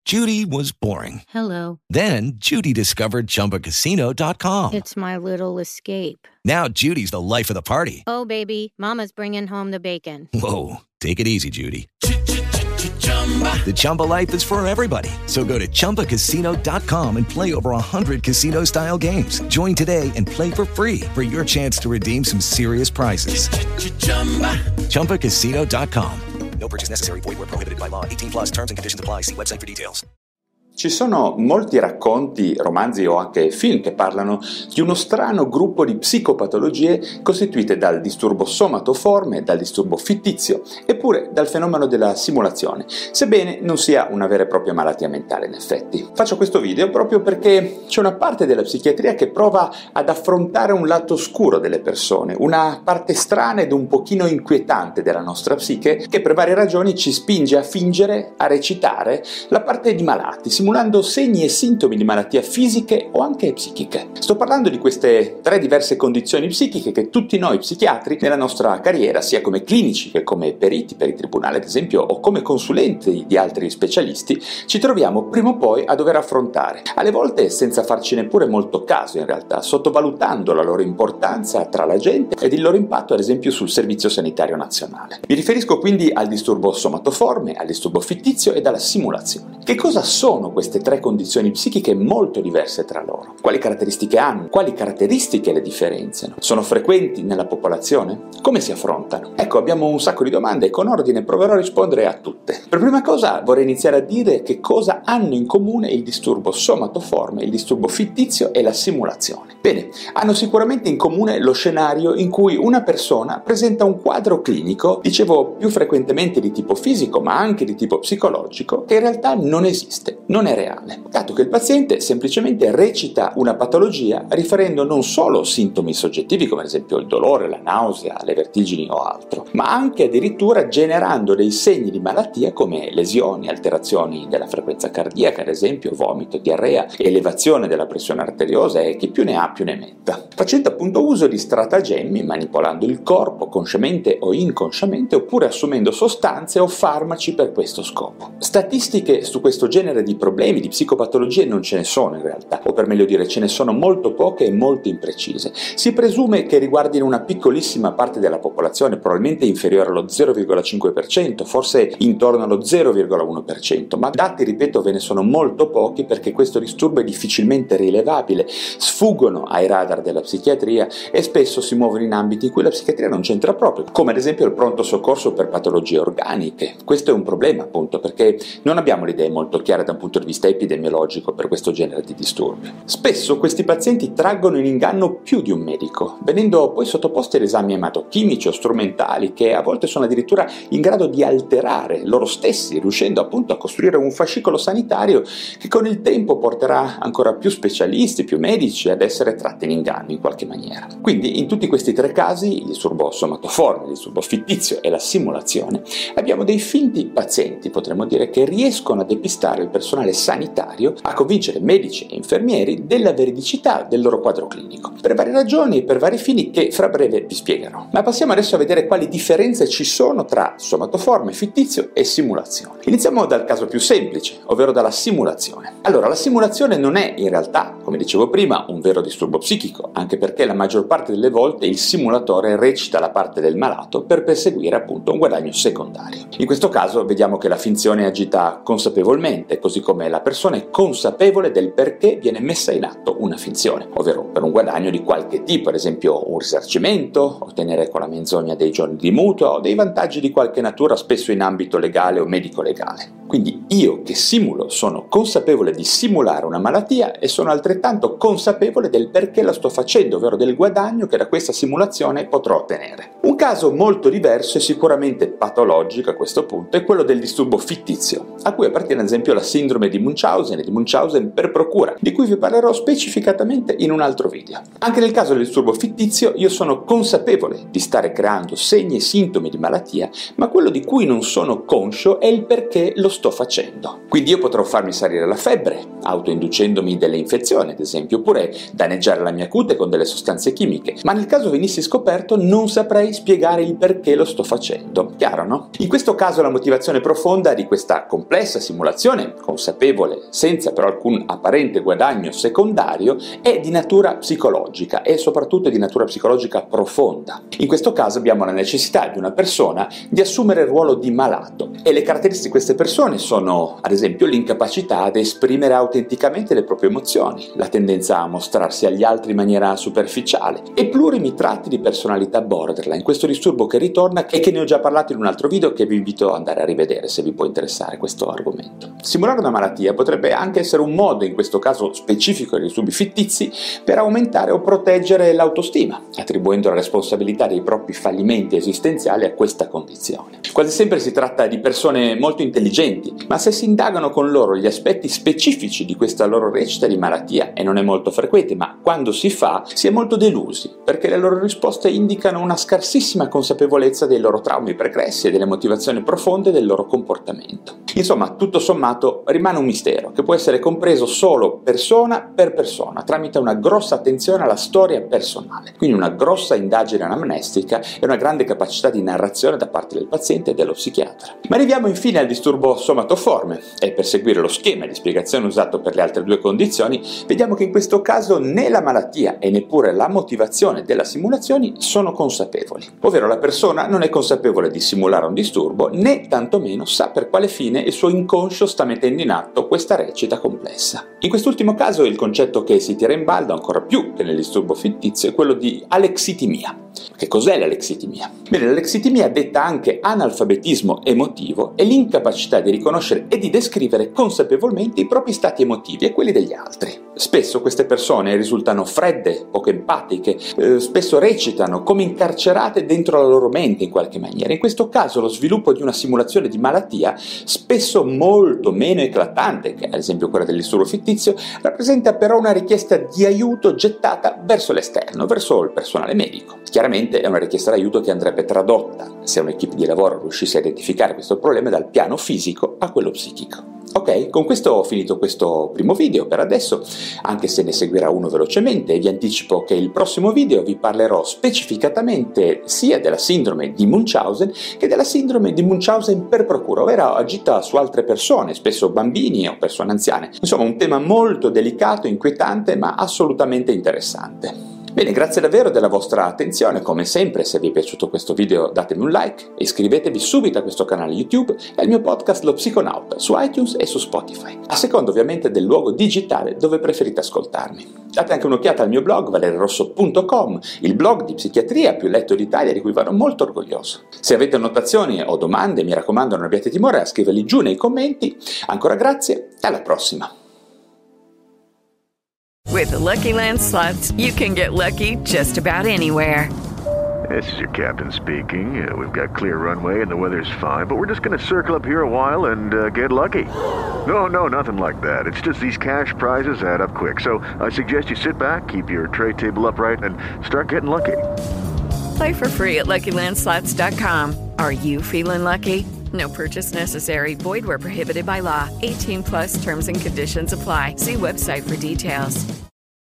Judy was boring. Hello. Then Judy discovered ChumbaCasino.com. It's my little escape. Now Judy's the life of the party. Oh, baby, mama's bringing home the bacon. Whoa, take it easy, Judy. The Chumba life is for everybody. So go to ChumbaCasino.com and play over 100 casino-style games. Join today and play for free for your chance to redeem some serious prizes. ChumbaCasino.com. No purchase necessary. Void where prohibited by law. 18 plus terms and conditions apply. See website for details. Ci sono molti racconti, romanzi o anche film che parlano di uno strano gruppo di psicopatologie costituite dal disturbo somatoforme, dal disturbo fittizio eppure dal fenomeno della simulazione, sebbene non sia una vera e propria malattia mentale in effetti. Faccio questo video proprio perché c'è una parte della psichiatria che prova ad affrontare un lato oscuro delle persone, una parte strana ed un pochino inquietante della nostra psiche che per varie ragioni ci spinge a fingere, a recitare la parte di malati, simulando segni e sintomi di malattie fisiche o anche psichiche. Sto parlando di queste 3 diverse condizioni psichiche che tutti noi psichiatri nella nostra carriera, sia come clinici che come periti per i tribunali ad esempio o come consulenti di altri specialisti, ci troviamo prima o poi a dover affrontare, alle volte senza farci neppure molto caso in realtà, sottovalutando la loro importanza tra la gente ed il loro impatto ad esempio sul Servizio Sanitario Nazionale. Mi riferisco quindi al disturbo somatoforme, al disturbo fittizio ed alla simulazione. Che cosa sono queste 3 condizioni psichiche molto diverse tra loro? Quali caratteristiche hanno? Quali caratteristiche le differenziano? Sono frequenti nella popolazione? Come si affrontano? Ecco, abbiamo un sacco di domande e con ordine proverò a rispondere a tutte. Per prima cosa vorrei iniziare a dire che cosa hanno in comune il disturbo somatoforme, il disturbo fittizio e la simulazione. Bene, hanno sicuramente in comune lo scenario in cui una persona presenta un quadro clinico, dicevo più frequentemente di tipo fisico ma anche di tipo psicologico, che in realtà non esiste, non è reale, dato che il paziente semplicemente recita una patologia riferendo non solo sintomi soggettivi come ad esempio il dolore, la nausea, le vertigini o altro, ma anche addirittura generando dei segni di malattia come lesioni, alterazioni della frequenza cardiaca, ad esempio vomito, diarrea, elevazione della pressione arteriosa e chi più ne ha più ne metta, facendo appunto uso di stratagemmi, manipolando il corpo consciamente o inconsciamente oppure assumendo sostanze o farmaci per questo scopo. Statistiche su questo genere di problemi, di psicopatologie non ce ne sono in realtà, o per meglio dire ce ne sono molto poche e molto imprecise. Si presume che riguardino una piccolissima parte della popolazione, probabilmente inferiore allo 0,5%, forse intorno allo 0,1%, ma dati, ripeto, ve ne sono molto pochi perché questo disturbo è difficilmente rilevabile, sfuggono ai radar della psichiatria e spesso si muovono in ambiti in cui la psichiatria non c'entra proprio, come ad esempio il pronto soccorso per patologie organiche. Questo è un problema appunto perché non abbiamo le idee molto chiare da un punto di vista epidemiologico per questo genere di disturbi. Spesso questi pazienti traggono in inganno più di un medico, venendo poi sottoposti ad esami ematochimici o strumentali che a volte sono addirittura in grado di alterare loro stessi, riuscendo appunto a costruire un fascicolo sanitario che con il tempo porterà ancora più specialisti, più medici ad essere tratti in inganno in qualche maniera. Quindi in tutti questi 3 casi, il disturbo somatoforme, il disturbo fittizio e la simulazione, abbiamo dei finti pazienti, potremmo dire, che riescono a depistare il personale sanitario, a convincere medici e infermieri della veridicità del loro quadro clinico, per varie ragioni e per vari fini che fra breve vi spiegherò. Ma passiamo adesso a vedere quali differenze ci sono tra somatoforme, fittizio e simulazione. Iniziamo dal caso più semplice, ovvero dalla simulazione. Allora, la simulazione non è in realtà, come dicevo prima, un vero disturbo psichico, anche perché la maggior parte delle volte il simulatore recita la parte del malato per perseguire appunto un guadagno secondario. In questo caso vediamo che la finzione è agita consapevolmente, così come la persona è consapevole del perché viene messa in atto una finzione, ovvero per un guadagno di qualche tipo, ad esempio un risarcimento, ottenere con la menzogna dei giorni di mutuo o dei vantaggi di qualche natura, spesso in ambito legale o medico-legale. Quindi io che simulo sono consapevole di simulare una malattia e sono altrettanto consapevole del perché la sto facendo, ovvero del guadagno che da questa simulazione potrò ottenere. Un caso molto diverso e sicuramente patologico a questo punto è quello del disturbo fittizio, a cui appartiene ad esempio la sindrome di Munchausen e di Munchausen per procura, di cui vi parlerò specificatamente in un altro video. Anche nel caso del disturbo fittizio io sono consapevole di stare creando segni e sintomi di malattia, ma quello di cui non sono conscio è il perché lo sto facendo. Quindi io potrò farmi salire la febbre, autoinducendomi delle infezioni ad esempio, oppure danneggiare la mia cute con delle sostanze chimiche, ma nel caso venissi scoperto non saprei spiegare il perché lo sto facendo. Chiaro, no? In questo caso la motivazione profonda di questa complessa simulazione, consapevole, senza però alcun apparente guadagno secondario, è di natura psicologica e soprattutto di natura psicologica profonda. In questo caso abbiamo la necessità di una persona di assumere il ruolo di malato e le caratteristiche di queste persone sono ad esempio l'incapacità ad esprimere autenticamente le proprie emozioni, la tendenza a mostrarsi agli altri in maniera superficiale e plurimi tratti di personalità borderline, questo disturbo che ritorna e che ne ho già parlato in un altro video che vi invito ad andare a rivedere se vi può interessare questo argomento. Simulare una malattia potrebbe anche essere un modo, in questo caso specifico dei disturbi fittizi, per aumentare o proteggere l'autostima, attribuendo la responsabilità dei propri fallimenti esistenziali a questa condizione. Quasi sempre si tratta di persone molto intelligenti, ma se si indagano con loro gli aspetti specifici di questa loro recita di malattia, e non è molto frequente, ma quando si fa si è molto delusi, perché le loro risposte indicano una scarsissima consapevolezza dei loro traumi pregressi e delle motivazioni profonde del loro comportamento. Insomma, tutto sommato rimane un mistero che può essere compreso solo persona per persona, tramite una grossa attenzione alla storia personale, quindi una grossa indagine anamnestica e una grande capacità di narrazione da parte del paziente e dello psichiatra. Ma arriviamo infine al disturbo somatoforme e per seguire lo schema di spiegazione usato per le altre due condizioni, vediamo che in questo caso né la malattia e neppure la motivazione della simulazione sono consapevoli, ovvero la persona non è consapevole di simulare un disturbo né tantomeno sa per quale fine il suo inconscio sta mettendo in atto questa recita complessa. In quest'ultimo caso il concetto che si tira in ballo ancora più che nel disturbo fittizio è quello di alexitimia. Che cos'è l'alexitimia? Bene, l'alexitimia, detta anche analfabetismo emotivo, è l'incapacità di riconoscere e di descrivere consapevolmente i propri stati emotivi e quelli degli altri. Spesso queste persone risultano fredde, poco empatiche, spesso recitano come incarcerate dentro la loro mente in qualche maniera. In questo caso lo sviluppo di una simulazione di malattia, spesso molto meno eclatante che ad esempio quella del disturbo fittizio, rappresenta però una richiesta di aiuto gettata verso l'esterno, verso il personale medico. Chiaramente è una richiesta d'aiuto che andrebbe tradotta, se un'equipe di lavoro riuscisse a identificare questo problema, dal piano fisico a quello psichico. Ok, con questo ho finito questo primo video per adesso, anche se ne seguirà uno velocemente, e vi anticipo che il prossimo video vi parlerò specificatamente sia della sindrome di Munchausen che della sindrome di Munchausen per procura, ovvero agita su altre persone, spesso bambini o persone anziane. Insomma, un tema molto delicato, inquietante, ma assolutamente interessante. Bene, grazie davvero della vostra attenzione, come sempre se vi è piaciuto questo video datemi un like e iscrivetevi subito a questo canale YouTube e al mio podcast Lo Psiconauta su iTunes e su Spotify, a seconda ovviamente del luogo digitale dove preferite ascoltarmi. Date anche un'occhiata al mio blog valerirosso.com, il blog di psichiatria più letto d'Italia di cui vado molto orgoglioso. Se avete annotazioni o domande, mi raccomando non abbiate timore a scriverli giù nei commenti. Ancora grazie e alla prossima! With the Lucky Land Slots, you can get lucky just about anywhere. This is your captain speaking. We've got clear runway and the weather's fine, but we're just going to circle up here a while and get lucky. No, nothing like that. It's just these cash prizes add up quick. So I suggest you sit back, keep your tray table upright, and start getting lucky. Play for free at LuckyLandSlots.com. Are you feeling lucky? No purchase necessary. Void where prohibited by law. 18+ terms and conditions apply. See website for details.